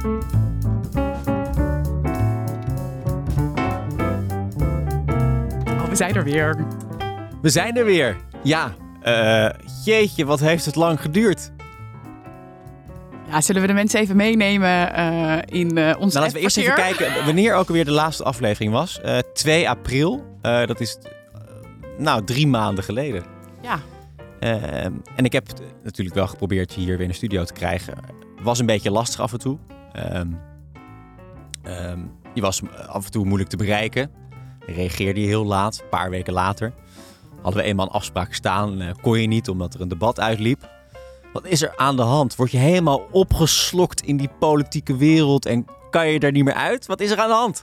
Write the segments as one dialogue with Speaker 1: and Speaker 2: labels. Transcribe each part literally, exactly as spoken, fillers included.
Speaker 1: Oh, we zijn er weer.
Speaker 2: We zijn er weer. Ja, uh, jeetje, wat heeft het lang geduurd.
Speaker 1: Ja, zullen we de mensen even meenemen uh, in uh, ons
Speaker 2: nou, laten we eerst even kijken wanneer ook alweer de laatste aflevering was. Uh, twee april. Uh, dat is uh, nou drie maanden geleden.
Speaker 1: Ja.
Speaker 2: Uh, en ik heb natuurlijk wel geprobeerd je hier weer in de studio te krijgen. Was een beetje lastig af en toe. Um, um, je was af en toe moeilijk te bereiken. Reageerde je heel laat, een paar weken later. Hadden we eenmaal een afspraak staan, uh, kon je niet omdat er een debat uitliep. Wat is er aan de hand? Word je helemaal opgeslokt in die politieke wereld en kan je er niet meer uit? Wat is er aan de hand?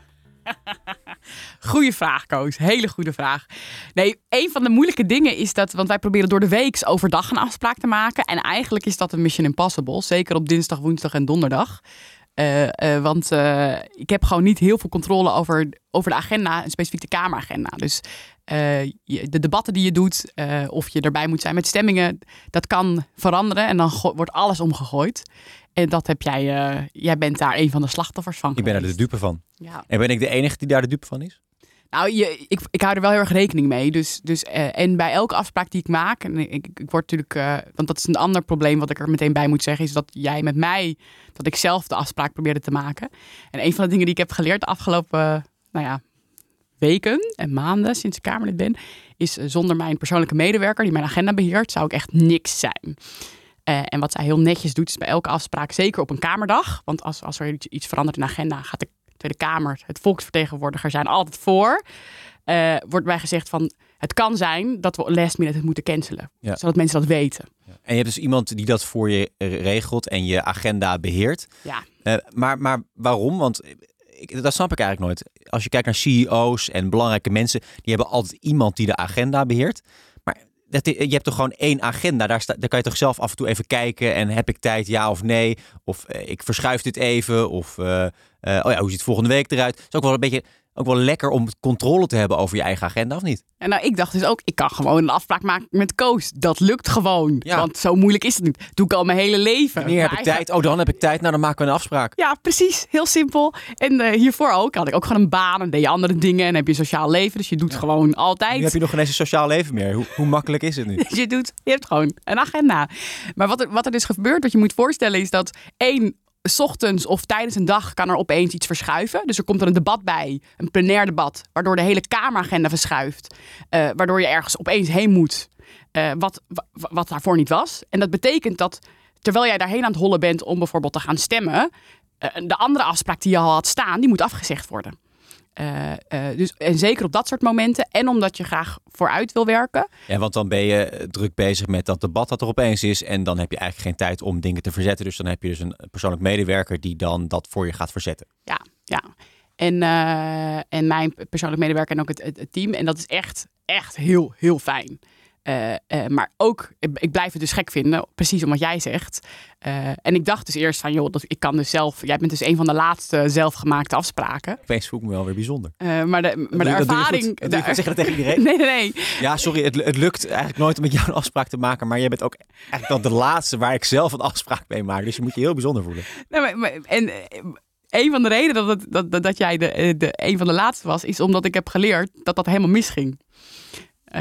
Speaker 1: Goeie vraag, Koos. Hele goede vraag. Nee, een van de moeilijke dingen is dat, want wij proberen door de week overdag een afspraak te maken. En eigenlijk is dat een mission impossible. Zeker op dinsdag, woensdag en donderdag. Uh, uh, want uh, ik heb gewoon niet heel veel controle over, over de agenda, en specifiek de Kameragenda. Dus uh, je, de debatten die je doet, uh, of je erbij moet zijn met stemmingen, dat kan veranderen en dan go- wordt alles omgegooid. En dat heb jij, uh, jij bent daar een van de slachtoffers van.
Speaker 2: Ik ben er de dupe van.
Speaker 1: Ja.
Speaker 2: En ben ik de enige die daar de dupe van is?
Speaker 1: Nou, je, ik, ik hou er wel heel erg rekening mee. Dus, dus, uh, en bij elke afspraak die ik maak, en ik, ik, ik word natuurlijk, uh, want dat is een ander probleem wat ik er meteen bij moet zeggen, is dat jij met mij, dat ik zelf de afspraak probeerde te maken. En een van de dingen die ik heb geleerd de afgelopen, uh, nou ja, weken en maanden sinds ik Kamerlid ben, is uh, zonder mijn persoonlijke medewerker die mijn agenda beheert, zou ik echt niks zijn. Uh, en wat zij heel netjes doet, is bij elke afspraak, zeker op een Kamerdag, want als, als er iets, iets verandert in de agenda, gaat de Tweede Kamer, het volksvertegenwoordiger zijn altijd voor. Uh, wordt bij gezegd van, het kan zijn dat we last minute het moeten cancelen. Ja. Zodat mensen dat weten.
Speaker 2: Ja. En je hebt dus iemand die dat voor je regelt en je agenda beheert.
Speaker 1: Ja.
Speaker 2: Uh, maar, maar waarom? Want ik, dat snap ik eigenlijk nooit. Als je kijkt naar C E O's en belangrijke mensen, die hebben altijd iemand die de agenda beheert. Maar dat, je hebt toch gewoon één agenda. Daar, sta, daar kan je toch zelf af en toe even kijken. En heb ik tijd, ja of nee? Of uh, ik verschuif dit even. Of uh, uh, oh ja, hoe ziet het volgende week eruit? Het is ook wel een beetje, ook wel lekker om controle te hebben over je eigen agenda, of niet?
Speaker 1: En nou, ik dacht dus ook, ik kan gewoon een afspraak maken met Koos. Dat lukt gewoon. Ja. Want zo moeilijk is het niet. Doe ik al mijn hele leven.
Speaker 2: Wanneer heb ik eigen... tijd? Oh, dan heb ik tijd. Nou, dan maken we een afspraak.
Speaker 1: Ja, precies. Heel simpel. En uh, hiervoor ook had ik ook gewoon een baan en deed je andere dingen. En heb je een sociaal leven. Dus je doet ja. gewoon altijd.
Speaker 2: Nu heb je nog geen eens een sociaal leven meer. Hoe, hoe makkelijk is het nu?
Speaker 1: Dus je, doet, je hebt gewoon een agenda. Maar wat er, wat er dus gebeurt, wat je moet voorstellen, is dat één, 's ochtends of tijdens een dag kan er opeens iets verschuiven. Dus er komt er een debat bij, een plenair debat, waardoor de hele Kameragenda verschuift. Uh, waardoor je ergens opeens heen moet, uh, wat, wat, wat daarvoor niet was. En dat betekent dat, terwijl jij daarheen aan het hollen bent om bijvoorbeeld te gaan stemmen, uh, de andere afspraak die je al had staan, die moet afgezegd worden. Uh, uh, dus, en zeker op dat soort momenten. En omdat je graag vooruit wil werken.
Speaker 2: Ja, want dan ben je druk bezig met dat debat dat er opeens is. En dan heb je eigenlijk geen tijd om dingen te verzetten. Dus dan heb je dus een persoonlijk medewerker die dan dat voor je gaat verzetten.
Speaker 1: Ja, ja. En, uh, en mijn persoonlijk medewerker en ook het, het, het team. En dat is echt, echt heel, heel fijn. Uh, uh, maar ook, ik blijf het dus gek vinden, precies om wat jij zegt. Uh, en ik dacht dus eerst van, joh, dat ik kan dus zelf... Jij bent dus een van de laatste zelfgemaakte afspraken.
Speaker 2: Opeens voel ik me wel weer bijzonder.
Speaker 1: Uh, maar de, maar de
Speaker 2: dat
Speaker 1: ervaring...
Speaker 2: Doe je goed. Dat doe je zeggen dat tegen iedereen?
Speaker 1: Nee, nee, nee.
Speaker 2: Ja, sorry, het, het lukt eigenlijk nooit om met jou een afspraak te maken. Maar jij bent ook eigenlijk dan de laatste waar ik zelf een afspraak mee maak. Dus je moet je heel bijzonder voelen.
Speaker 1: Nee, maar, maar, en... Een van de redenen dat, het, dat, dat jij de, de, een van de laatste was, is omdat ik heb geleerd dat dat helemaal misging. Uh,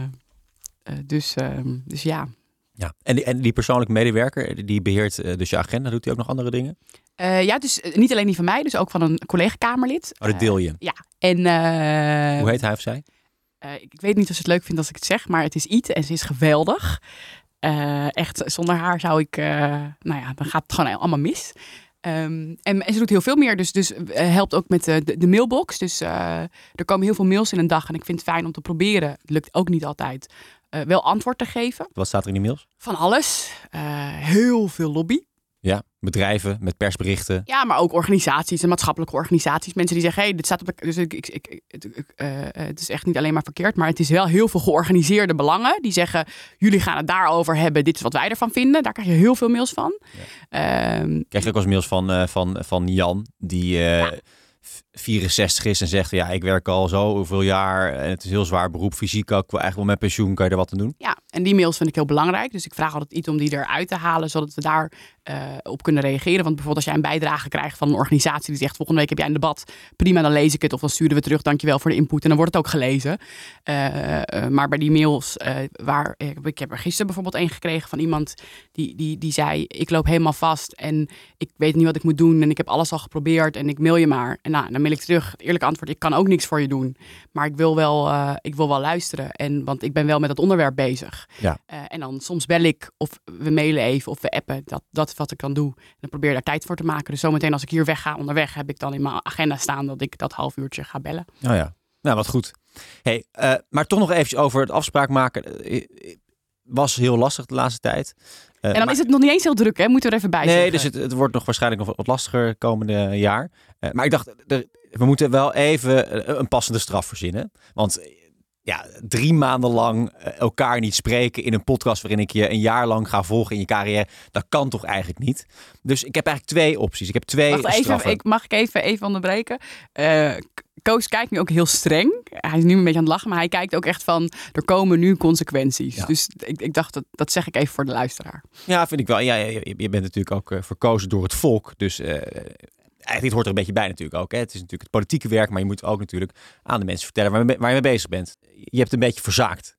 Speaker 1: uh, dus, uh, dus ja.
Speaker 2: Ja. En, die, en die persoonlijke medewerker, die beheert uh, dus je agenda. Doet hij ook nog andere dingen?
Speaker 1: Uh, ja, dus uh, niet alleen die van mij, dus ook van een collega-Kamerlid.
Speaker 2: Oh, dat deel je?
Speaker 1: Uh, ja. En, uh,
Speaker 2: hoe heet hij of zij?
Speaker 1: Uh, ik weet niet of ze het leuk vindt als ik het zeg, maar het is Iet en ze is geweldig. Uh, echt, zonder haar zou ik, uh, nou ja, dan gaat het gewoon allemaal mis. Um, en, en ze doet heel veel meer, dus, dus uh, helpt ook met de, de, de mailbox. Dus uh, er komen heel veel mails in een dag en ik vind het fijn om te proberen. Het lukt ook niet altijd. Uh, wel antwoord te geven.
Speaker 2: Wat staat er in die mails?
Speaker 1: Van alles. Uh, heel veel lobby.
Speaker 2: Ja, bedrijven met persberichten.
Speaker 1: Ja, maar ook organisaties en maatschappelijke organisaties. Mensen die zeggen, hé, hey, dit staat op de... Dus ik, ik, ik, ik, uh, het is echt niet alleen maar verkeerd, maar het is wel heel veel georganiseerde belangen. Die zeggen, jullie gaan het daarover hebben. Dit is wat wij ervan vinden. Daar krijg je heel veel mails van.
Speaker 2: Ja. Um, krijg je ook wel eens mails van, uh, van, van Jan, die uh, ja. vierenzestig is en zegt, ja, ik werk al zo hoeveel jaar en het is een heel zwaar beroep, fysiek ook, ik wil eigenlijk wel met pensioen, kan je er wat aan doen?
Speaker 1: Ja, en die mails vind ik heel belangrijk. Dus ik vraag altijd iets om die eruit te halen, zodat we daar uh, op kunnen reageren. Want bijvoorbeeld als jij een bijdrage krijgt van een organisatie die zegt, volgende week heb jij een debat, prima, dan lees ik het of dan sturen we terug, dankjewel voor de input en dan wordt het ook gelezen. Uh, uh, maar bij die mails, uh, waar ik, ik heb er gisteren bijvoorbeeld een gekregen van iemand die, die, die zei, ik loop helemaal vast en ik weet niet wat ik moet doen en ik heb alles al geprobeerd en ik mail je maar. En nou, dan mail ik terug, het eerlijke antwoord, ik kan ook niks voor je doen, maar ik wil wel, uh, ik wil wel luisteren en want ik ben wel met dat onderwerp bezig.
Speaker 2: Ja.
Speaker 1: Uh, en dan soms bel ik of we mailen even of we appen. Dat, dat is wat ik dan doe. En dan probeer daar tijd voor te maken. Dus zometeen als ik hier wegga onderweg, heb ik dan in mijn agenda staan dat ik dat half uurtje ga bellen.
Speaker 2: Oh ja, nou wat goed. Hey, uh, maar toch nog eventjes over het afspraak maken. Uh, was heel lastig de laatste tijd. Uh,
Speaker 1: en dan
Speaker 2: maar...
Speaker 1: is het nog niet eens heel druk, hè? Moeten we er even bij
Speaker 2: nee,
Speaker 1: zeggen.
Speaker 2: dus het, het wordt nog waarschijnlijk nog wat lastiger komende jaar. Uh, maar ik dacht, er, we moeten wel even een passende straf verzinnen. Want ja, drie maanden lang elkaar niet spreken in een podcast waarin ik je een jaar lang ga volgen in je carrière, dat kan toch eigenlijk niet? Dus ik heb eigenlijk twee opties. Ik heb twee
Speaker 1: Wacht, even,
Speaker 2: straffen.
Speaker 1: ik, mag ik even, even onderbreken? Uh, Koos kijkt nu ook heel streng. Hij is nu een beetje aan het lachen, maar hij kijkt ook echt van, er komen nu consequenties. Ja. Dus ik, ik dacht, dat, dat zeg ik even voor de luisteraar.
Speaker 2: Ja, vind ik wel. Ja, je, je bent natuurlijk ook uh, verkozen door het volk. Dus uh, eigenlijk dit hoort er een beetje bij natuurlijk ook. Hè. Het is natuurlijk het politieke werk, maar je moet ook natuurlijk aan de mensen vertellen waar je, waar je mee bezig bent. Je hebt een beetje verzaakt.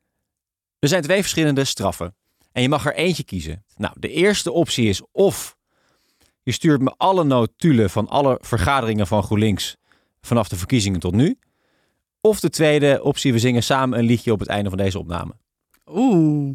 Speaker 2: Er zijn twee verschillende straffen. En je mag er eentje kiezen. Nou, de eerste optie is of je stuurt me alle notulen van alle vergaderingen van GroenLinks vanaf de verkiezingen tot nu. Of de tweede optie, we zingen samen een liedje op het einde van deze opname.
Speaker 1: Oeh,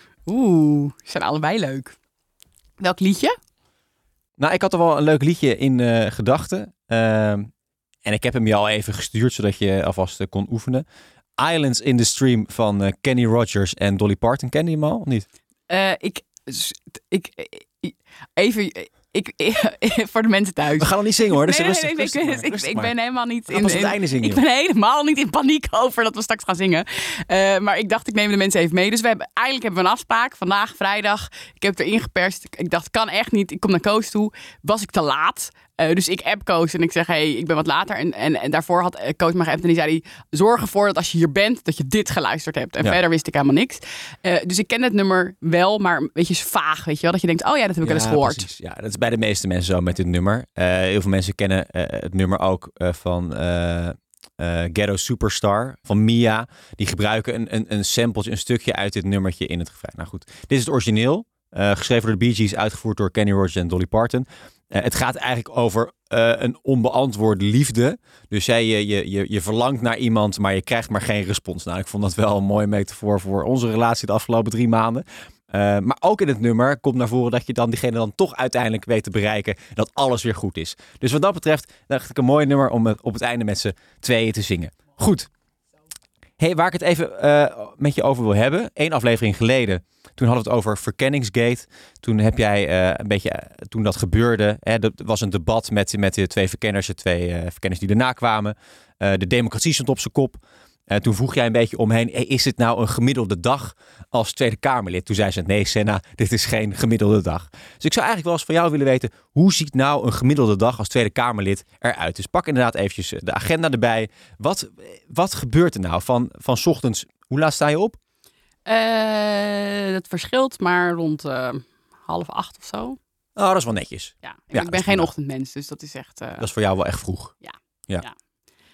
Speaker 1: oeh, zijn allebei leuk. Welk liedje?
Speaker 2: Nou, ik had er wel een leuk liedje in uh, gedachten. Uh, en ik heb hem je al even gestuurd, zodat je alvast uh, kon oefenen. Islands in the Stream van uh, Kenny Rogers en Dolly Parton. Ken je hem al of niet?
Speaker 1: Uh, ik, ik, ik, even... Ik, ik, voor de mensen thuis.
Speaker 2: We gaan nog niet zingen hoor. Dus
Speaker 1: nee,
Speaker 2: rustig,
Speaker 1: nee, nee,
Speaker 2: rustig,
Speaker 1: ik,
Speaker 2: rustig,
Speaker 1: ik,
Speaker 2: rustig
Speaker 1: ik ben helemaal niet in,
Speaker 2: pas het einde zingen,
Speaker 1: ik ben helemaal niet in paniek over dat we straks gaan zingen. Uh, maar ik dacht, ik neem de mensen even mee. Dus we hebben, eigenlijk hebben we een afspraak. Vandaag, vrijdag. Ik heb het erin geperst. Ik, ik dacht, kan echt niet. Ik kom naar Koos toe. Was ik te laat? Uh, dus ik app Koos en ik zeg, hey, ik ben wat later. En, en, en daarvoor had Koos me geappt en die zei, die, zorg ervoor dat als je hier bent, dat je dit geluisterd hebt. En ja. verder wist ik helemaal niks. Uh, dus ik ken het nummer wel, maar weet je, is vaag, weet je wel. Dat je denkt, oh ja, dat heb ik
Speaker 2: ja,
Speaker 1: wel eens gehoord.
Speaker 2: Precies. Ja, dat is bij de meeste mensen zo met dit nummer. Uh, heel veel mensen kennen uh, het nummer ook uh, van uh, uh, Ghetto Superstar van Mia. Die gebruiken een, een, een sampletje, een stukje uit dit nummertje in het refrein. Nou goed, dit is het origineel. Uh, geschreven door de Bee Gees, uitgevoerd door Kenny Rogers en Dolly Parton. Uh, het gaat eigenlijk over uh, een onbeantwoorde liefde. Dus jij, je, je, je, je verlangt naar iemand, maar je krijgt maar geen respons. Nou, ik vond dat wel een mooie metafoor voor onze relatie de afgelopen drie maanden. Uh, maar ook in het nummer komt naar voren dat je dan diegene dan toch uiteindelijk weet te bereiken. En dat alles weer goed is. Dus wat dat betreft dacht ik een mooi nummer om het op het einde met z'n tweeën te zingen. Goed. Hey, waar ik het even uh, met je over wil hebben. Eén aflevering geleden. Toen hadden we het over verkenningsgate. Toen heb jij uh, een beetje, uh, toen dat gebeurde, hè, er was een debat met, met de twee verkenners, de twee uh, verkenners die daarna kwamen. Uh, de democratie stond op zijn kop. Uh, toen vroeg jij een beetje omheen, hey, is het nou een gemiddelde dag als Tweede Kamerlid? Toen zei ze, nee Senna, dit is geen gemiddelde dag. Dus ik zou eigenlijk wel eens van jou willen weten, hoe ziet nou een gemiddelde dag als Tweede Kamerlid eruit? Dus pak inderdaad eventjes de agenda erbij. Wat, wat gebeurt er nou van, van 's ochtends, hoe laat sta je op?
Speaker 1: Uh, dat verschilt, maar rond uh, half acht of zo.
Speaker 2: Oh, dat is wel netjes.
Speaker 1: Ja, ja ik ben geen ochtendmens, dus dat is echt... Uh... Dat
Speaker 2: is voor jou wel echt vroeg.
Speaker 1: Ja.
Speaker 2: ja.
Speaker 1: ja.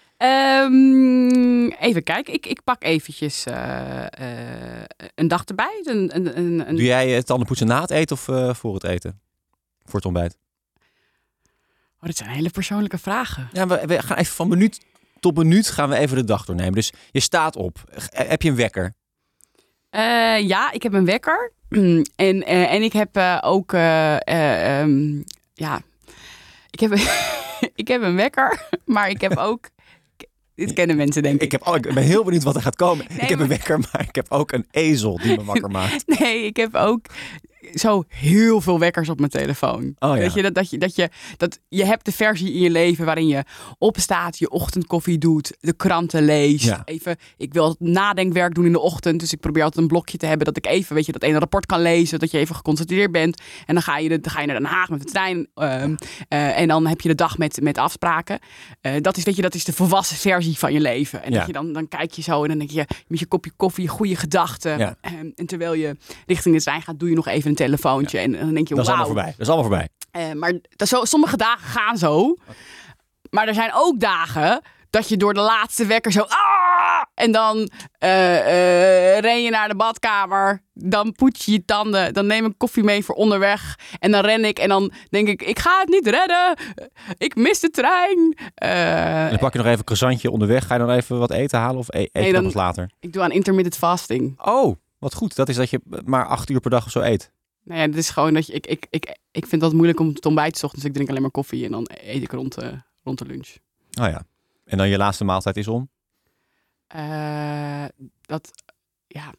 Speaker 1: Um, even kijken, ik, ik pak eventjes uh, uh, een dag erbij. Een, een, een, een...
Speaker 2: Doe jij het tandenpoetsen na het eten of uh, voor het eten? Voor het ontbijt?
Speaker 1: Oh, dat zijn hele persoonlijke vragen.
Speaker 2: Ja, we, we gaan even van minuut tot minuut gaan we even de dag doornemen. Dus je staat op. Heb je een wekker?
Speaker 1: Uh, ja, ik heb een wekker. en, uh, en ik heb uh, ook... Uh, uh, um, ja, ik heb, ik heb een wekker, maar ik heb ook... Dit kennen mensen, denk ik.
Speaker 2: Ik, heb, oh, ik ben heel benieuwd wat er gaat komen. Nee, ik heb maar... een wekker, maar ik heb ook een ezel die me wakker maakt.
Speaker 1: Nee, ik heb ook... zo heel veel wekkers op mijn telefoon.
Speaker 2: Oh, ja.
Speaker 1: Weet je, dat, dat je, dat je, dat je hebt de versie in je leven waarin je opstaat, je ochtendkoffie doet, de kranten leest.
Speaker 2: Ja.
Speaker 1: Even, ik wil nadenkwerk doen in de ochtend, dus ik probeer altijd een blokje te hebben dat ik even, weet je, dat ene rapport kan lezen, dat je even geconcentreerd bent. En dan ga je, de, dan ga je naar Den Haag met de trein. Um, uh, en dan heb je de dag met, met afspraken. Uh, dat is, weet je, dat is de volwassen versie van je leven. En
Speaker 2: Ja.
Speaker 1: dat je dan, dan kijk je zo en dan denk je met je kopje koffie, goede gedachten.
Speaker 2: Ja.
Speaker 1: Um, en terwijl je richting de trein gaat, doe je nog even een telefoontje. Ja. En dan denk je,
Speaker 2: Dat is
Speaker 1: wauw.
Speaker 2: allemaal voorbij. Dat is allemaal voorbij.
Speaker 1: Uh, maar dat zo, sommige dagen gaan zo. Okay. Maar er zijn ook dagen dat je door de laatste wekker zo... Ah! En dan uh, uh, ren je naar de badkamer. Dan poets je je tanden. Dan neem ik koffie mee voor onderweg. En dan ren ik. En dan denk ik, ik ga het niet redden. Ik mis de trein. Uh,
Speaker 2: en dan pak je nog even een croissantje onderweg. Ga je dan even wat eten halen of e- eet je nee, dan pas later?
Speaker 1: Ik doe aan intermittent fasting.
Speaker 2: Oh, wat goed. Dat is dat je maar acht uur per dag of zo eet.
Speaker 1: Nou ja, het is gewoon dat je... Ik, ik, ik, ik vind dat moeilijk om het ontbijt 's ochtends. Ik drink alleen maar koffie. En dan eet ik rond, uh, rond de lunch.
Speaker 2: Oh ja. En dan je laatste maaltijd is om?
Speaker 1: Uh, dat, ja,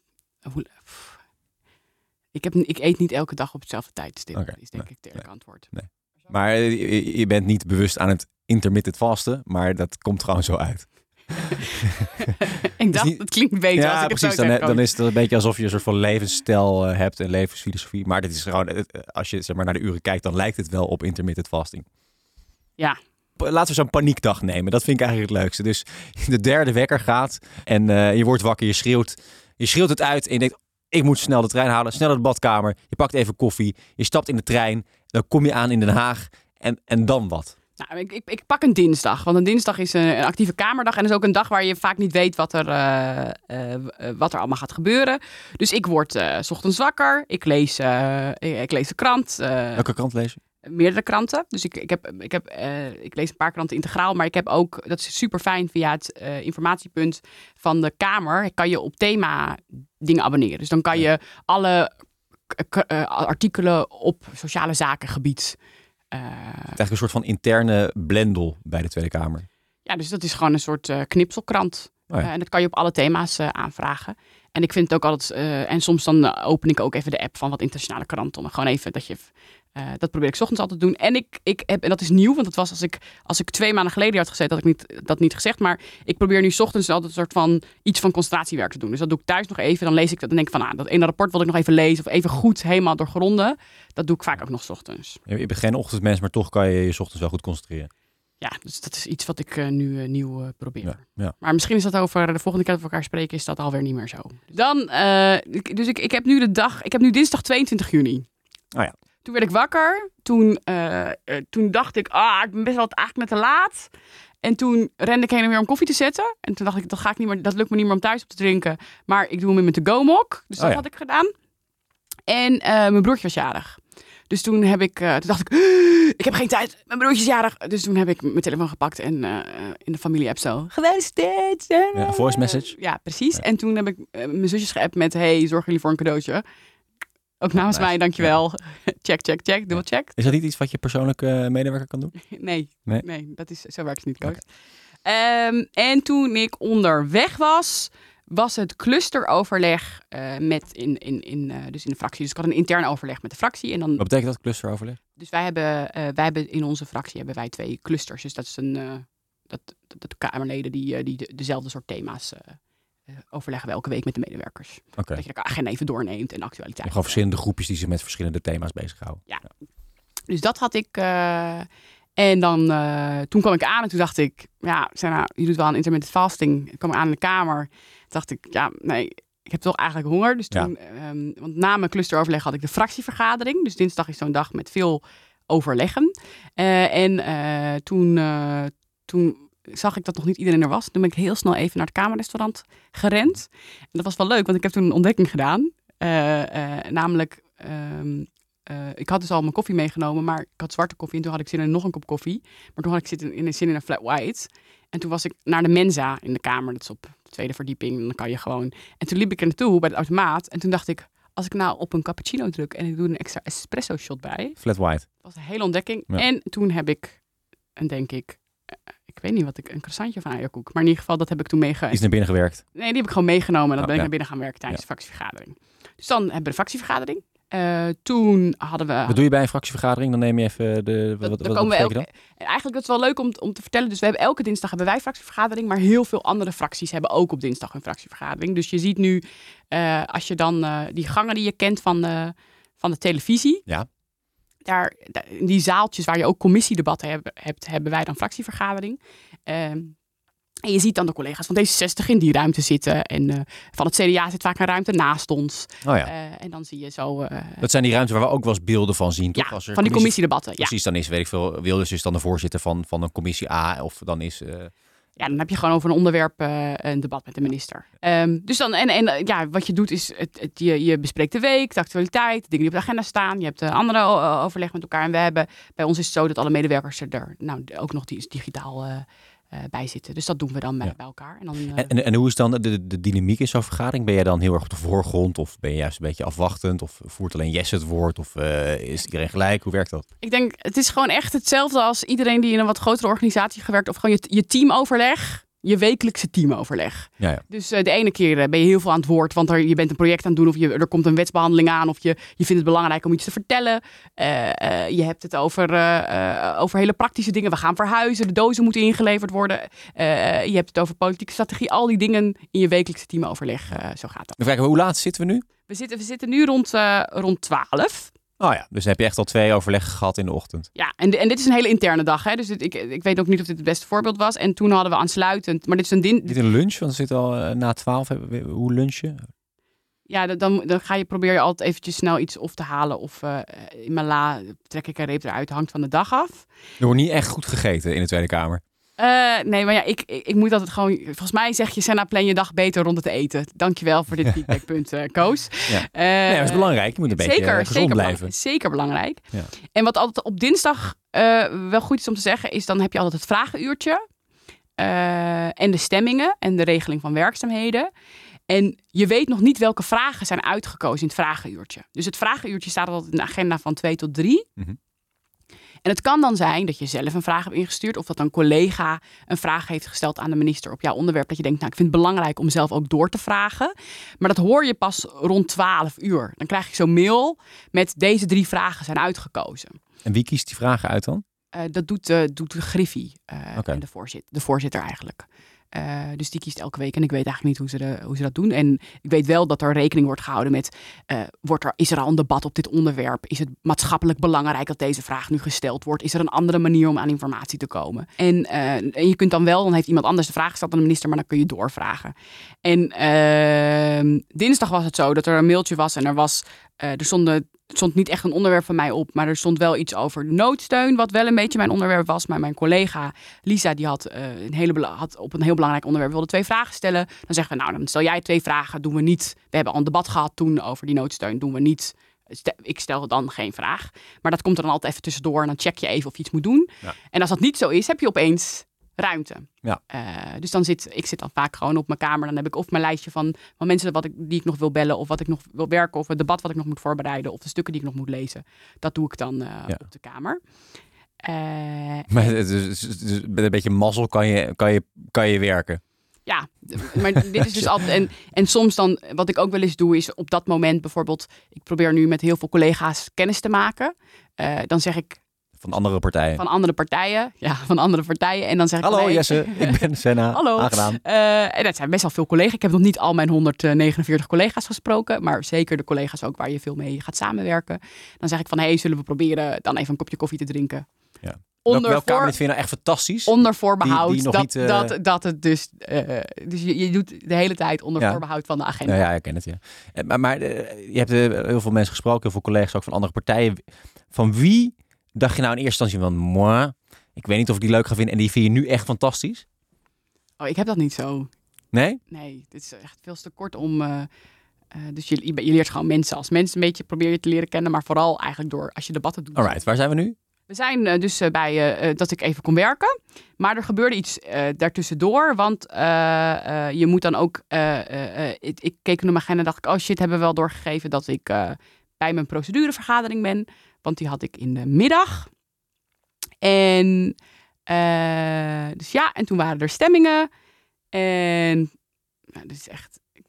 Speaker 1: ik, heb, ik eet niet elke dag op hetzelfde tijdstip. Okay, is denk nee, ik het eerlijke nee, antwoord.
Speaker 2: Nee. Maar je, je bent niet bewust aan het intermittent vasten, maar dat komt gewoon zo uit.
Speaker 1: ik dacht, niet... het klinkt beter
Speaker 2: ja,
Speaker 1: als ik
Speaker 2: precies,
Speaker 1: het zo
Speaker 2: dan,
Speaker 1: zeg.
Speaker 2: Dan is het een beetje alsof je een soort van levensstijl uh, hebt en levensfilosofie. Maar dit is gewoon, als je zeg maar, naar de uren kijkt, dan lijkt het wel op intermittent fasting.
Speaker 1: Ja.
Speaker 2: Laten we zo'n paniekdag nemen. Dat vind ik eigenlijk het leukste. Dus de derde wekker gaat en uh, je wordt wakker, je schreeuwt, je schreeuwt het uit en je denkt, ik moet snel de trein halen, snel naar de badkamer. Je pakt even koffie, je stapt in de trein, dan kom je aan in Den Haag en, en dan wat?
Speaker 1: Nou, ik, ik, ik pak een dinsdag, want een dinsdag is een, een actieve kamerdag en is ook een dag waar je vaak niet weet wat er, uh, uh, wat er allemaal gaat gebeuren. Dus ik word uh, 's ochtends wakker, ik lees, uh, ik, ik lees de krant. Uh,
Speaker 2: Welke krant lees je?
Speaker 1: Meerdere kranten. Dus ik, ik, heb, ik, heb, uh, ik lees een paar kranten integraal. Maar ik heb ook, dat is super fijn, via het uh, informatiepunt van de Kamer. Kan je op thema dingen abonneren. Dus dan kan je alle k- uh, artikelen op sociale zakengebied. Uh,
Speaker 2: het is eigenlijk een soort van interne blendel bij de Tweede Kamer.
Speaker 1: Ja, dus dat is gewoon een soort uh, knipselkrant. Oh ja. uh, en dat kan je op alle thema's uh, aanvragen. En ik vind het ook altijd... Uh, en soms dan uh, open ik ook even de app van wat internationale kranten. Om gewoon even dat je... Uh, dat probeer ik 's ochtends altijd te doen. En ik, ik heb, en dat is nieuw, want dat was als ik, als ik twee maanden geleden had gezeten, had ik niet, dat niet gezegd. Maar ik probeer nu 's ochtends altijd een soort van iets van concentratiewerk te doen. Dus dat doe ik thuis nog even. Dan lees ik dat en denk ik van, ah, dat ene rapport wil ik nog even lezen. Of even goed helemaal doorgronden. Dat doe ik vaak ook nog 's ochtends.
Speaker 2: Je bent geen ochtendmens, maar toch kan je je 's ochtends wel goed concentreren.
Speaker 1: Ja, dus dat is iets wat ik uh, nu uh, nieuw uh, probeer.
Speaker 2: Ja, ja. Maar
Speaker 1: misschien is dat over de volgende keer dat we elkaar spreken, is dat alweer niet meer zo. Dan, uh, dus ik, ik heb nu de dag, ik heb nu dinsdag tweeëntwintig juni.
Speaker 2: Oh ja.
Speaker 1: Toen werd ik wakker. Toen, uh, uh, toen dacht ik, ah, ik ben best wel eigenlijk net te laat. En toen rende ik heen en weer om koffie te zetten. En toen dacht ik, dat ga ik niet meer, dat lukt me niet meer om thuis op te drinken. Maar ik doe hem in mijn to-go-mok. Dus dat oh ja. had ik gedaan. En uh, mijn broertje was jarig. Dus toen heb ik, uh, toen dacht ik, ik heb geen tijd. Mijn broertje is jarig. Dus toen heb ik mijn telefoon gepakt en uh, in de familie-app zo, gefeliciteerd.
Speaker 2: Ja, voice message.
Speaker 1: Ja, precies.
Speaker 2: Ja.
Speaker 1: En toen heb ik uh, mijn zusjes geappt met, hey, zorgen jullie voor een cadeautje? Ook namens oh, nice. mij, dankjewel. Ja. Check, check, check. Dubbel check.
Speaker 2: Is dat niet iets wat je persoonlijke uh, medewerker kan doen?
Speaker 1: nee, nee, nee, dat is, zo werkt het niet, coach. Okay. Um, en toen ik onderweg was, was het clusteroverleg uh, met in, in, in, uh, dus in de fractie. Dus ik had een intern overleg met de fractie. En dan,
Speaker 2: wat betekent dat, clusteroverleg?
Speaker 1: Dus wij hebben, uh, wij hebben in onze fractie hebben wij twee clusters. Dus dat is een, uh, dat, dat, dat Kamerleden die, uh, die de, dezelfde soort thema's uh, uh, overleggen we elke week met de medewerkers.
Speaker 2: Okay.
Speaker 1: Dat je de agenda even doorneemt en actualiteit.
Speaker 2: En gewoon verschillende groepjes die zich met verschillende thema's bezighouden.
Speaker 1: Ja. ja. Dus dat had ik. Uh, en dan, uh, toen kwam ik aan en toen dacht ik, ja, nou, je doet wel een intermittent fasting. Ik kwam aan in de kamer. Toen dacht ik, ja, nee, ik heb toch eigenlijk honger. Dus toen, ja. um, want na mijn clusteroverleg had ik de fractievergadering. Dus dinsdag is zo'n dag met veel overleggen. Uh, en uh, toen, uh, toen zag ik dat nog niet iedereen er was. Toen ben ik heel snel even naar het kamerrestaurant gerend. En dat was wel leuk, want ik heb toen een ontdekking gedaan. Uh, uh, namelijk, um, uh, ik had dus al mijn koffie meegenomen, maar ik had zwarte koffie. En toen had ik zin in nog een kop koffie. Maar toen had ik zin in, zin in een flat white. En toen was ik naar de Mensa in de kamer. Dat is op de tweede verdieping. Dan kan je gewoon... En toen liep ik er naartoe bij de automaat. En toen dacht ik, als ik nou op een cappuccino druk en ik doe een extra espresso shot bij.
Speaker 2: Flat white.
Speaker 1: Dat was een hele ontdekking. Ja. En toen heb ik, en denk ik, ik weet niet wat ik, een croissantje van eierkoek. Maar in ieder geval, dat heb ik toen meegenomen.
Speaker 2: Is naar binnen gewerkt?
Speaker 1: Nee, die heb ik gewoon meegenomen. En dan
Speaker 2: oh,
Speaker 1: ben ik
Speaker 2: ja.
Speaker 1: naar binnen gaan werken tijdens ja. de fractievergadering. Dus dan hebben we de fractievergadering. Uh, toen hadden we...
Speaker 2: Wat doe je bij een fractievergadering? Dan neem je even de... Wat,
Speaker 1: dat,
Speaker 2: wat,
Speaker 1: komen
Speaker 2: wat
Speaker 1: we elke,
Speaker 2: dan?
Speaker 1: Eigenlijk is het wel leuk om, om te vertellen. Dus we hebben elke dinsdag hebben wij fractievergadering. Maar heel veel andere fracties hebben ook op dinsdag een fractievergadering. Dus je ziet nu, uh, als je dan uh, die gangen die je kent van de, van de televisie...
Speaker 2: Ja.
Speaker 1: Daar, daar, in die zaaltjes waar je ook commissiedebatten heb, hebt, hebben wij dan fractievergadering. Uh, En je ziet dan de collega's van D zesenzestig in die ruimte zitten. En uh, van het C D A zit vaak een ruimte naast ons.
Speaker 2: Oh ja.
Speaker 1: Uh, en dan zie je zo... Uh,
Speaker 2: dat zijn die ruimtes waar we ook wel eens beelden van zien, toch?
Speaker 1: Ja,
Speaker 2: Als er
Speaker 1: van die commissiedebatten.
Speaker 2: Precies,
Speaker 1: ja.
Speaker 2: Dan is, weet ik veel, Wilders is dan de voorzitter van, van een commissie A. Of dan is... Uh...
Speaker 1: Ja, dan heb je gewoon over een onderwerp uh, een debat met de minister. Um, dus dan, en, en ja, wat je doet is, het, het, je, je bespreekt de week, de actualiteit, dingen die op de agenda staan. Je hebt uh, andere uh, overleg met elkaar. En we hebben, bij ons is het zo dat alle medewerkers er nou, ook nog die, digitaal... Uh, Uh, bij zitten. Dus dat doen we dan bij, ja. bij elkaar. En, dan, uh...
Speaker 2: en, en, en hoe is dan de, de dynamiek in zo'n vergadering? Ben jij dan heel erg op de voorgrond of ben je juist een beetje afwachtend? Of voert alleen Jesse het woord? Of uh, is iedereen gelijk? Hoe werkt dat?
Speaker 1: Ik denk, het is gewoon echt hetzelfde als iedereen die in een wat grotere organisatie gewerkt of gewoon je, je teamoverleg. Je wekelijkse teamoverleg.
Speaker 2: Ja, ja.
Speaker 1: Dus uh, de ene keer uh, ben je heel veel aan het woord, want er, je bent een project aan het doen of je, er komt een wetsbehandeling aan of je, je vindt het belangrijk om iets te vertellen. Uh, uh, je hebt het over, uh, uh, over hele praktische dingen. We gaan verhuizen, de dozen moeten ingeleverd worden. Uh, je hebt het over politieke strategie, al die dingen in je wekelijkse teamoverleg. Uh, zo gaat dat.
Speaker 2: Even kijken, hoe laat zitten we nu?
Speaker 1: We zitten, we zitten nu rond, uh, rond twaalf.
Speaker 2: Oh ja, dus dan heb je echt al twee overleggen gehad in de ochtend.
Speaker 1: Ja, en, en dit is een hele interne dag. Hè? Dus dit, ik, ik weet ook niet of dit het beste voorbeeld was. En toen hadden we aansluitend... Maar dit is een din...
Speaker 2: Dit een lunch, want we zitten al uh, na twaalf. Hoe lunchen?
Speaker 1: Ja, dan, dan ga je, probeer je altijd eventjes snel iets op te halen. Of uh, in mijn la trek ik een reep eruit. Hangt van de dag af.
Speaker 2: Er wordt niet echt goed gegeten in de Tweede Kamer.
Speaker 1: Uh, nee, maar ja, ik, ik, ik moet altijd gewoon... Volgens mij zeg je, Senna, plan je dag beter rond het eten. Dankjewel voor dit feedbackpunt, uh, Koos.
Speaker 2: Ja. Uh, nee, dat is belangrijk. Je moet een zeker, beetje uh, gezond
Speaker 1: zeker
Speaker 2: blijven.
Speaker 1: Belang, zeker belangrijk. Ja. En wat altijd op dinsdag uh, wel goed is om te zeggen... is dan heb je altijd het vragenuurtje. Uh, en de stemmingen en de regeling van werkzaamheden. En je weet nog niet welke vragen zijn uitgekozen in het vragenuurtje. Dus het vragenuurtje staat altijd in de agenda van twee tot drie... Mm-hmm. En het kan dan zijn dat je zelf een vraag hebt ingestuurd... of dat een collega een vraag heeft gesteld aan de minister op jouw onderwerp... dat je denkt, nou, ik vind het belangrijk om zelf ook door te vragen. Maar dat hoor je pas rond twaalf uur. Dan krijg je zo'n mail met deze drie vragen zijn uitgekozen.
Speaker 2: En wie kiest die vragen uit dan?
Speaker 1: Uh, dat doet, uh, doet de Griffie, uh,
Speaker 2: okay.
Speaker 1: en de, voorzit, de voorzitter eigenlijk. Uh, dus die kiest elke week en ik weet eigenlijk niet hoe ze, de, hoe ze dat doen. En ik weet wel dat er rekening wordt gehouden met... Uh, wordt er, is er al een debat op dit onderwerp? Is het maatschappelijk belangrijk dat deze vraag nu gesteld wordt? Is er een andere manier om aan informatie te komen? En, uh, en je kunt dan wel, dan heeft iemand anders de vraag gesteld aan de minister... maar dan kun je doorvragen. En uh, dinsdag was het zo dat er een mailtje was en er was... Uh, er stonden... Het stond niet echt een onderwerp van mij op, maar er stond wel iets over noodsteun, wat wel een beetje mijn onderwerp was. Maar mijn collega Lisa, die had, uh, een hele, had op een heel belangrijk onderwerp wilde twee vragen stellen. Dan zeggen we, nou, dan stel jij twee vragen, doen we niet. We hebben al een debat gehad toen over die noodsteun, doen we niet. Ik stel dan geen vraag. Maar dat komt er dan altijd even tussendoor en dan check je even of je iets moet doen. Ja. En als dat niet zo is, heb je opeens ruimte.
Speaker 2: Ja.
Speaker 1: Uh, dus dan zit ik zit dan vaak gewoon op mijn kamer. Dan heb ik of mijn lijstje van, van mensen wat ik, die ik nog wil bellen... of wat ik nog wil werken, of het debat wat ik nog moet voorbereiden... of de stukken die ik nog moet lezen. Dat doe ik dan uh, ja. op de kamer. Uh,
Speaker 2: maar dus, dus met een beetje mazzel kan je, kan je, kan je werken.
Speaker 1: Ja, maar dit is dus altijd... En, en soms dan, wat ik ook wel eens doe, is op dat moment bijvoorbeeld... Ik probeer nu met heel veel collega's kennis te maken. Uh, dan zeg ik...
Speaker 2: Van andere partijen.
Speaker 1: Van andere partijen, ja, van andere partijen. En dan zeg ik...
Speaker 2: Hallo
Speaker 1: nee,
Speaker 2: Jesse, ik ben Senna.
Speaker 1: Hallo.
Speaker 2: Aangenaam.
Speaker 1: Uh, en dat zijn best wel veel collega's. Ik heb nog niet al mijn honderdnegenenveertig collega's gesproken. Maar zeker de collega's ook waar je veel mee gaat samenwerken. Dan zeg ik van, hé, hey, zullen we proberen dan even een kopje koffie te drinken?
Speaker 2: Ja. Onder Welk Kamerlid vind je nou echt fantastisch?
Speaker 1: Onder voorbehoud die, die nog dat, niet, uh... dat, dat het dus... Uh, dus je, je doet de hele tijd onder ja. voorbehoud van de agenda.
Speaker 2: Nou ja, ik ken het, ja. Maar, maar uh, je hebt uh, heel veel mensen gesproken, heel veel collega's ook van andere partijen. Van wie dacht je nou in eerste instantie van... moi, ik weet niet of ik die leuk ga vinden en die vind je nu echt fantastisch?
Speaker 1: Oh, ik heb dat niet zo.
Speaker 2: Nee?
Speaker 1: Nee, dit is echt veel te kort om... Uh, uh, dus je, je leert gewoon mensen als mensen een beetje probeer je te leren kennen. Maar vooral eigenlijk door als je debatten doet.
Speaker 2: Alright, waar zijn we nu?
Speaker 1: We zijn uh, dus uh, bij uh, dat ik even kon werken. Maar er gebeurde iets uh, daartussendoor. Want uh, uh, je moet dan ook... Uh, uh, uh, ik, ik keek naar mijn agenda en dacht ik... oh shit, hebben we wel doorgegeven dat ik uh, bij mijn procedurevergadering ben. Want die had ik in de middag. En uh, dus ja, en toen waren er stemmingen. En nou, dit is echt... Ik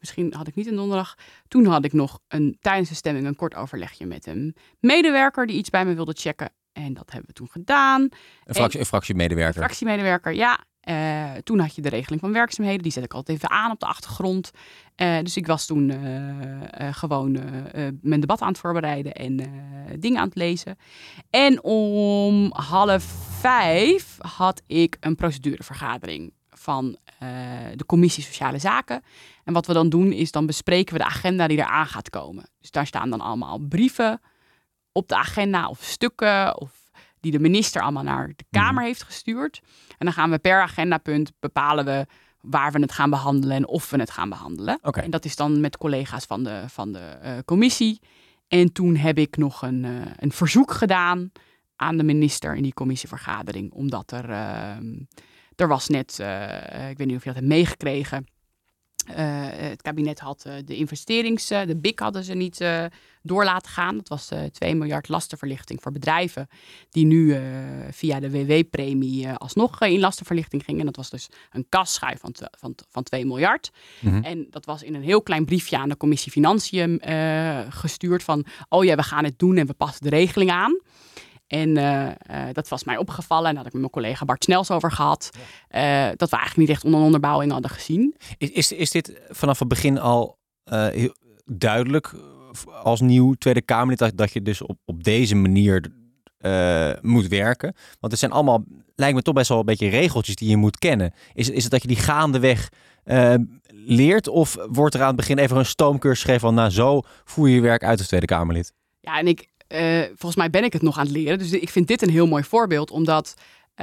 Speaker 1: misschien had ik niet een donderdag. Toen had ik nog een, tijdens de stemming een kort overlegje met een medewerker die iets bij me wilde checken. En dat hebben we toen gedaan.
Speaker 2: Een, fractie, een fractiemedewerker.
Speaker 1: Een fractiemedewerker, ja. Uh, toen had je de regeling van werkzaamheden. Die zet ik altijd even aan op de achtergrond. Uh, dus ik was toen uh, uh, gewoon uh, uh, mijn debat aan het voorbereiden en uh, dingen aan het lezen. En om half vijf had ik een procedurevergadering van uh, de Commissie Sociale Zaken. En wat we dan doen is dan bespreken we de agenda die eraan gaat komen. Dus daar staan dan allemaal brieven op de agenda of stukken of die de minister allemaal naar de Kamer heeft gestuurd. En dan gaan we per agendapunt bepalen we waar we het gaan behandelen en of we het gaan behandelen.
Speaker 2: Okay.
Speaker 1: En dat is dan met collega's van de, van de uh, commissie. En toen heb ik nog een, uh, een verzoek gedaan aan de minister in die commissievergadering. Omdat er, uh, er was net, uh, ik weet niet of je dat hebt meegekregen. Uh, het kabinet had uh, de investerings, uh, de B I C hadden ze niet uh, door laten gaan. Dat was uh, twee miljard lastenverlichting voor bedrijven die nu uh, via de W W-premie uh, alsnog uh, in lastenverlichting gingen. En dat was dus een kasschuif van, van, van twee miljard. Mm-hmm. En dat was in een heel klein briefje aan de commissie Financiën uh, gestuurd van, oh ja, we gaan het doen en we passen de regeling aan. En uh, uh, dat was mij opgevallen. En daar had ik met mijn collega Bart Snels over gehad. Uh, dat we eigenlijk niet echt onder onderbouwing hadden gezien.
Speaker 2: Is, is, is dit vanaf het begin al uh, heel duidelijk als nieuw Tweede Kamerlid dat, dat je dus op, op deze manier uh, moet werken? Want het zijn allemaal, lijkt me toch best wel een beetje regeltjes die je moet kennen. Is, is het dat je die gaandeweg uh, leert? Of wordt er aan het begin even een stoomcursus gegeven van, nou, zo voer je je werk uit als Tweede Kamerlid?
Speaker 1: Ja, en ik... Uh, volgens mij ben ik het nog aan het leren. Dus ik vind dit een heel mooi voorbeeld. Omdat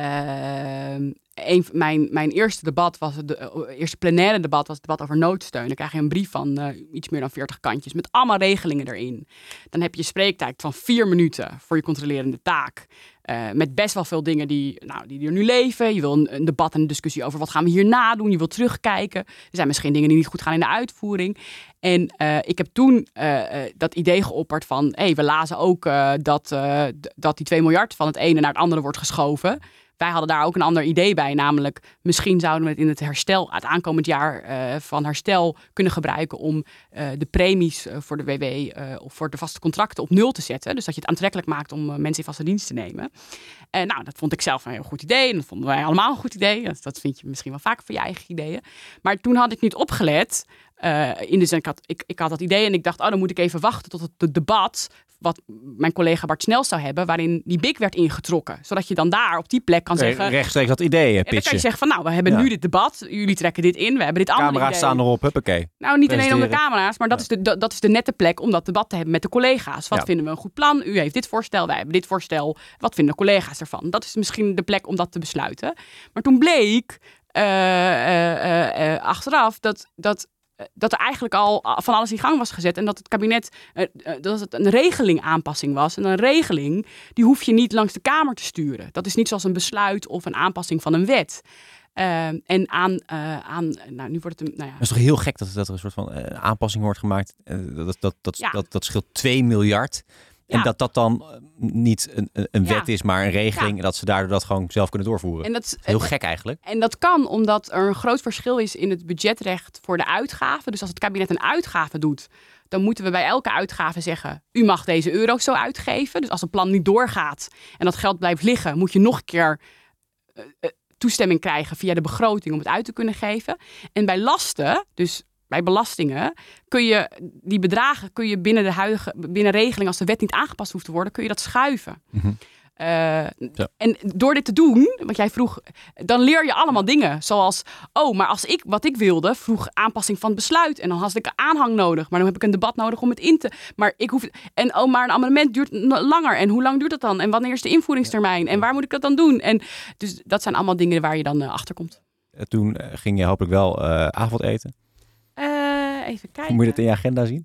Speaker 1: uh, een, mijn, mijn eerste debat was... Het uh, eerste plenaire debat was het debat over noodsteun. Dan krijg je een brief van uh, iets meer dan veertig kantjes. Met allemaal regelingen erin. Dan heb je spreektijd van vier minuten voor je controlerende taak. Uh, met best wel veel dingen die, nou, die er nu leven. Je wil een, een debat en een discussie over wat gaan we hierna doen. Je wil terugkijken. Er zijn misschien dingen die niet goed gaan in de uitvoering. En uh, ik heb toen uh, uh, dat idee geopperd van... Hey, we lazen ook uh, dat, uh, d- dat die twee miljard van het ene naar het andere wordt geschoven. Wij hadden daar ook een ander idee bij. Namelijk, misschien zouden we het in het herstel... het aankomend jaar uh, van herstel kunnen gebruiken... om uh, de premies uh, voor de W W uh, of voor de vaste contracten op nul te zetten. Dus dat je het aantrekkelijk maakt om uh, mensen in vaste dienst te nemen. Uh, nou, dat vond ik zelf een heel goed idee. En dat vonden wij allemaal een goed idee. Dat, dat vind je misschien wel vaker voor je eigen ideeën. Maar toen had ik niet opgelet... Uh, in de zin, ik had, ik, ik had dat idee en ik dacht, oh, dan moet ik even wachten tot het de debat... wat mijn collega Bart Snels zou hebben... waarin die B I C werd ingetrokken. Zodat je dan daar op die plek kan zeggen...
Speaker 2: Re- rechtstreeks dat idee pitchen.
Speaker 1: En dan kan je zeggen van, nou, we hebben ja. nu dit debat. Jullie trekken dit in. We hebben dit andere
Speaker 2: Camera's
Speaker 1: idee.
Speaker 2: staan erop, huppakee.
Speaker 1: Nou, niet alleen om de camera's, maar dat, ja. is de, dat is de nette plek... om dat debat te hebben met de collega's. Wat ja. vinden we een goed plan? U heeft dit voorstel, wij hebben dit voorstel. Wat vinden de collega's ervan? Dat is misschien de plek om dat te besluiten. Maar toen bleek uh, uh, uh, uh, achteraf dat... dat dat er eigenlijk al van alles in gang was gezet. En dat het kabinet, uh, dat het een regeling aanpassing was. En een regeling, die hoef je niet langs de Kamer te sturen. Dat is niet zoals een besluit of een aanpassing van een wet. Uh, en aan, uh, aan, nou nu wordt het een, nou ja.
Speaker 2: Het is toch heel gek dat, dat er een soort van uh, aanpassing wordt gemaakt. Uh, dat, dat, dat,
Speaker 1: ja.
Speaker 2: dat, dat scheelt twee miljard. En ja. dat dat dan niet een, een wet ja. is, maar een regeling. Ja. En dat ze daardoor dat gewoon zelf kunnen doorvoeren. En dat, heel gek eigenlijk.
Speaker 1: En dat kan omdat er een groot verschil is in het budgetrecht voor de uitgaven. Dus als het kabinet een uitgave doet, dan moeten we bij elke uitgave zeggen... u mag deze euro's zo uitgeven. Dus als het plan niet doorgaat en dat geld blijft liggen... moet je nog een keer uh, uh, toestemming krijgen via de begroting om het uit te kunnen geven. En bij lasten, dus... bij belastingen kun je die bedragen kun je binnen de huidige binnen regeling, als de wet niet aangepast hoeft te worden, kun je dat schuiven. Mm-hmm. Uh, ja. En door dit te doen, wat jij vroeg, dan leer je allemaal dingen. Zoals, oh, maar als ik wat ik wilde, vroeg aanpassing van het besluit. En dan had ik een aanhang nodig. Maar dan heb ik een debat nodig om het in te... Maar ik hoef... En oh, maar een amendement duurt langer. En hoe lang duurt dat dan? En wanneer is de invoeringstermijn? En waar moet ik dat dan doen? En dus dat zijn allemaal dingen waar je dan uh, achter komt.
Speaker 2: Uh, toen uh, ging je hopelijk wel uh, avondeten.
Speaker 1: Uh, even kijken.
Speaker 2: Moet je dat in je agenda zien?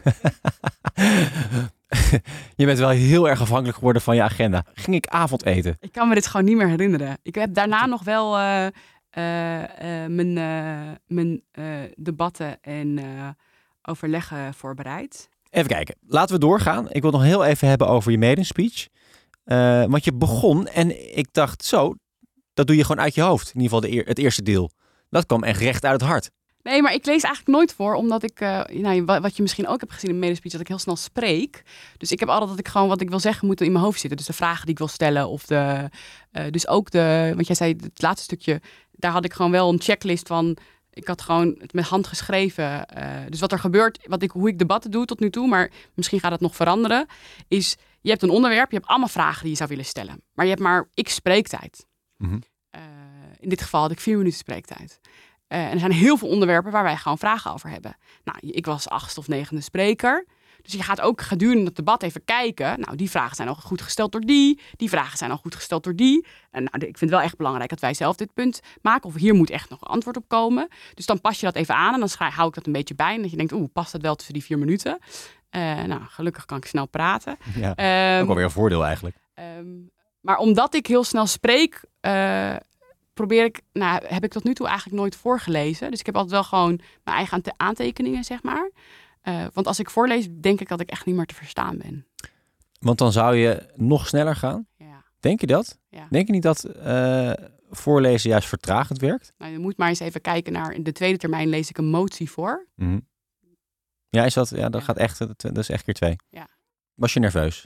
Speaker 2: Je bent wel heel erg afhankelijk geworden van je agenda. Ging ik avondeten?
Speaker 1: Ik kan me dit gewoon niet meer herinneren. Ik heb daarna nog wel uh, uh, uh, mijn, uh, mijn uh, debatten en uh, overleggen voorbereid.
Speaker 2: Even kijken. Laten we doorgaan. Ik wil nog heel even hebben over je maiden speech. Uh, want je begon en ik dacht zo, dat doe je gewoon uit je hoofd. In ieder geval de eer, het eerste deel. Dat kwam echt recht uit het hart.
Speaker 1: Nee, maar ik lees eigenlijk nooit voor, omdat ik, uh, nou, wat je misschien ook hebt gezien in een medespeech, dat ik heel snel spreek. Dus ik heb altijd dat ik gewoon wat ik wil zeggen moet in mijn hoofd zitten. Dus de vragen die ik wil stellen of de, uh, dus ook de, want jij zei het laatste stukje, daar had ik gewoon wel een checklist van. Ik had gewoon het met hand geschreven. Uh, dus wat er gebeurt, wat ik, hoe ik debatten doe tot nu toe, maar misschien gaat het nog veranderen, is je hebt een onderwerp, je hebt allemaal vragen die je zou willen stellen. Maar je hebt maar x spreektijd.
Speaker 2: Mm-hmm.
Speaker 1: Uh, in dit geval had ik vier minuten spreektijd. Uh, en er zijn heel veel onderwerpen waar wij gewoon vragen over hebben. Nou, ik was achtste of negende spreker. Dus je gaat ook gedurende het debat even kijken. Nou, die vragen zijn al goed gesteld door die. Die vragen zijn al goed gesteld door die. En nou, ik vind het wel echt belangrijk dat wij zelf dit punt maken. Of hier moet echt nog een antwoord op komen. Dus dan pas je dat even aan en dan schrijf, hou ik dat een beetje bij. En dat je denkt, oeh, past dat wel tussen die vier minuten? Uh, nou, gelukkig kan ik snel praten.
Speaker 2: Ja, um, ook alweer een voordeel eigenlijk.
Speaker 1: Um, maar omdat ik heel snel spreek, Uh, probeer ik, nou, heb ik tot nu toe eigenlijk nooit voorgelezen. Dus ik heb altijd wel gewoon mijn eigen aantekeningen, zeg maar. Uh, want als ik voorlees, denk ik dat ik echt niet meer te verstaan ben.
Speaker 2: Want dan zou je nog sneller gaan?
Speaker 1: Ja.
Speaker 2: Denk je dat?
Speaker 1: Ja.
Speaker 2: Denk je niet dat uh, voorlezen juist vertragend werkt?
Speaker 1: Nou, je moet maar eens even kijken naar, in de tweede termijn lees ik een motie voor.
Speaker 2: Mm-hmm. Ja, is dat, ja, dat ja. gaat echt, dat is echt keer twee.
Speaker 1: Ja.
Speaker 2: Was je nerveus?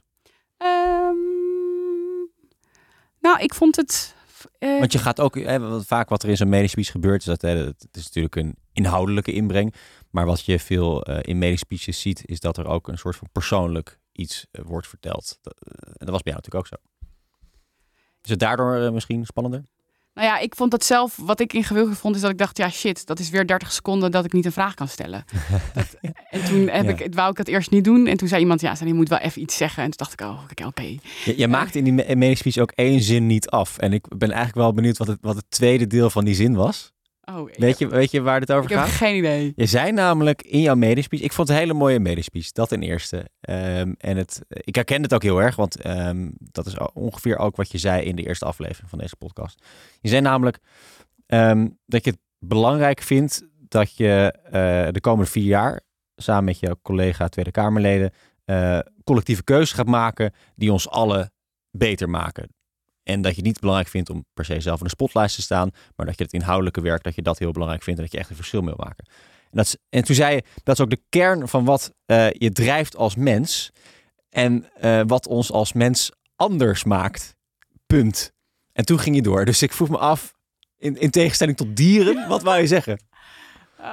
Speaker 1: Um, nou, ik vond het... Uh,
Speaker 2: Want je gaat ook, hè, vaak wat er in zo'n medespeech gebeurt, is dat hè, het is natuurlijk een inhoudelijke inbreng. Maar wat je veel uh, in medespeeches ziet, is dat er ook een soort van persoonlijk iets uh, wordt verteld. Dat, uh, en dat was bij jou natuurlijk ook zo. Is het daardoor uh, misschien spannender?
Speaker 1: Nou ja, ik vond dat zelf, wat ik ingewikkeld vond, is dat ik dacht, ja shit, dat is weer dertig seconden dat ik niet een vraag kan stellen. dat, en toen heb ja. ik, wou ik dat eerst niet doen. En toen zei iemand, ja, je moet wel even iets zeggen. En toen dacht ik, oh, oké. Okay.
Speaker 2: Je, je maakte in die medespeech ook één zin niet af. En ik ben eigenlijk wel benieuwd wat het, wat het tweede deel van die zin was.
Speaker 1: Oh,
Speaker 2: weet, je, weet je waar dit over
Speaker 1: ik
Speaker 2: gaat?
Speaker 1: Ik heb geen idee.
Speaker 2: Je zei namelijk in jouw medespeech, ik vond het een hele mooie medespeech, dat ten eerste. Um, en het, ik herken het ook heel erg, want um, dat is ongeveer ook wat je zei in de eerste aflevering van deze podcast. Je zei namelijk um, dat je het belangrijk vindt dat je uh, de komende vier jaar samen met jouw collega Tweede Kamerleden uh, collectieve keuzes gaat maken die ons allen beter maken. En dat je het niet belangrijk vindt om per se zelf in de spotlight te staan, maar dat je het inhoudelijke werk, dat je dat heel belangrijk vindt en dat je echt een verschil wil maken. En, dat is, en toen zei je, dat is ook de kern van wat uh, je drijft als mens en uh, wat ons als mens anders maakt. Punt. En toen ging je door. Dus ik vroeg me af, in, in tegenstelling tot dieren, wat wou je zeggen? Uh,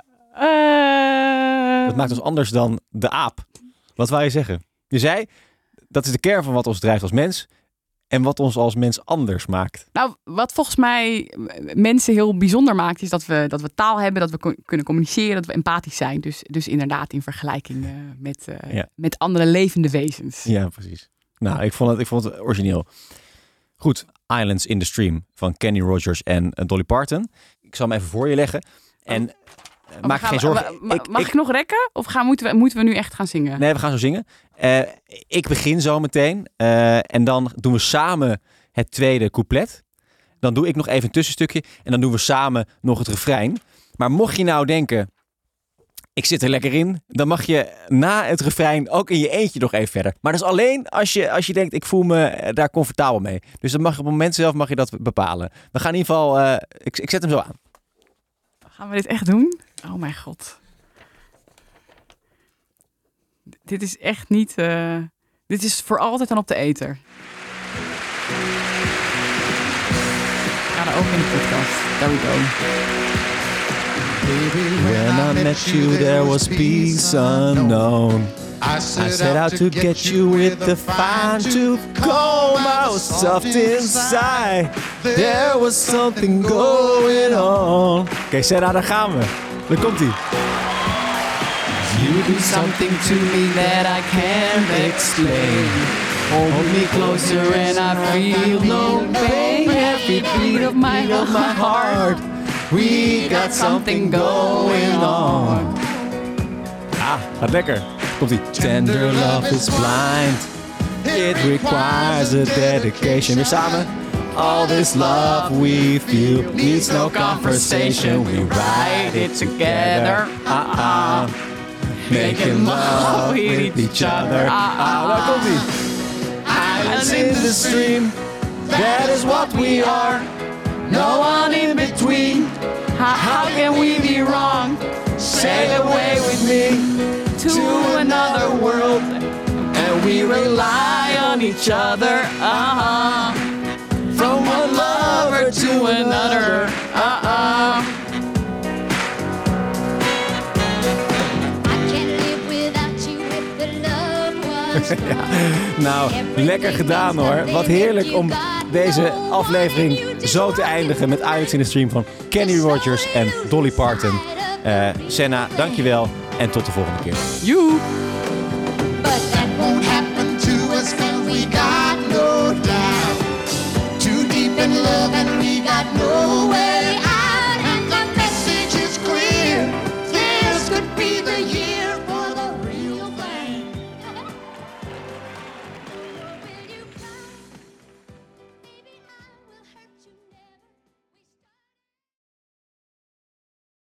Speaker 2: uh... Dat maakt ons anders dan de aap. Wat wou je zeggen? Je zei, dat is de kern van wat ons drijft als mens. En wat ons als mens anders maakt.
Speaker 1: Nou, wat volgens mij mensen heel bijzonder maakt, is dat we, dat we taal hebben, dat we ko- kunnen communiceren, dat we empathisch zijn. Dus, dus inderdaad in vergelijking uh, met, uh, ja. met andere levende wezens.
Speaker 2: Ja, precies. Nou, ik vond het, ik vond het origineel. Goed, Islands in the Stream van Kenny Rogers en uh, Dolly Parton. Ik zal hem even voor je leggen. En uh, oh, maak je geen zorgen.
Speaker 1: Ma- ik, mag ik, ik nog rekken? Of gaan, moeten, we, moeten we nu echt gaan zingen?
Speaker 2: Nee, we gaan zo zingen. Uh, ik begin zo meteen. Uh, en dan doen we samen het tweede couplet. Dan doe ik nog even een tussenstukje. En dan doen we samen nog het refrein. Maar mocht je nou denken, ik zit er lekker in, dan mag je na het refrein ook in je eentje nog even verder. Maar dat is alleen als je, als je denkt, ik voel me daar comfortabel mee. Dus dan mag je op het moment zelf mag je dat bepalen. We gaan in ieder geval, uh, ik, ik zet hem zo aan.
Speaker 1: Gaan we dit echt doen? Oh mijn god. Dit is echt niet... Uh, dit is voor altijd dan op de ether. Ga er ook in de podcast. There we go.
Speaker 2: When I met you there was peace unknown. I set out to get you with the fine tooth comb. I was soft inside. There was something going on. Oké, okay, Sarah, daar gaan we. Daar komt ie.
Speaker 1: You do something to me that I can't explain. Hold me closer and I feel no pain. Every beat of my, of my heart. We got something going on.
Speaker 2: Ah, gaat lekker. Komt-ie. Tender love is blind. It requires a dedication. Weer samen. All this love we feel needs no conversation. We ride it together. Ah, uh-uh. Making love with each other. Ah, ah, daar komt ie. Islands in the stream. That is what we are. No one in between.
Speaker 1: How, how can we be wrong? Sail away with me to another world, and we rely on each other. Uh-huh. From one lover to another. Uh-uh.
Speaker 2: Ja, nou, lekker gedaan hoor. Wat heerlijk om deze aflevering zo te eindigen met Ajax in de Stream van Kenny Rogers en Dolly Parton. Uh, Senna, dankjewel en tot de volgende keer.
Speaker 1: Joe!
Speaker 3: But that won't happen to us, cause we got no doubt. Too deep in love and we got nowhere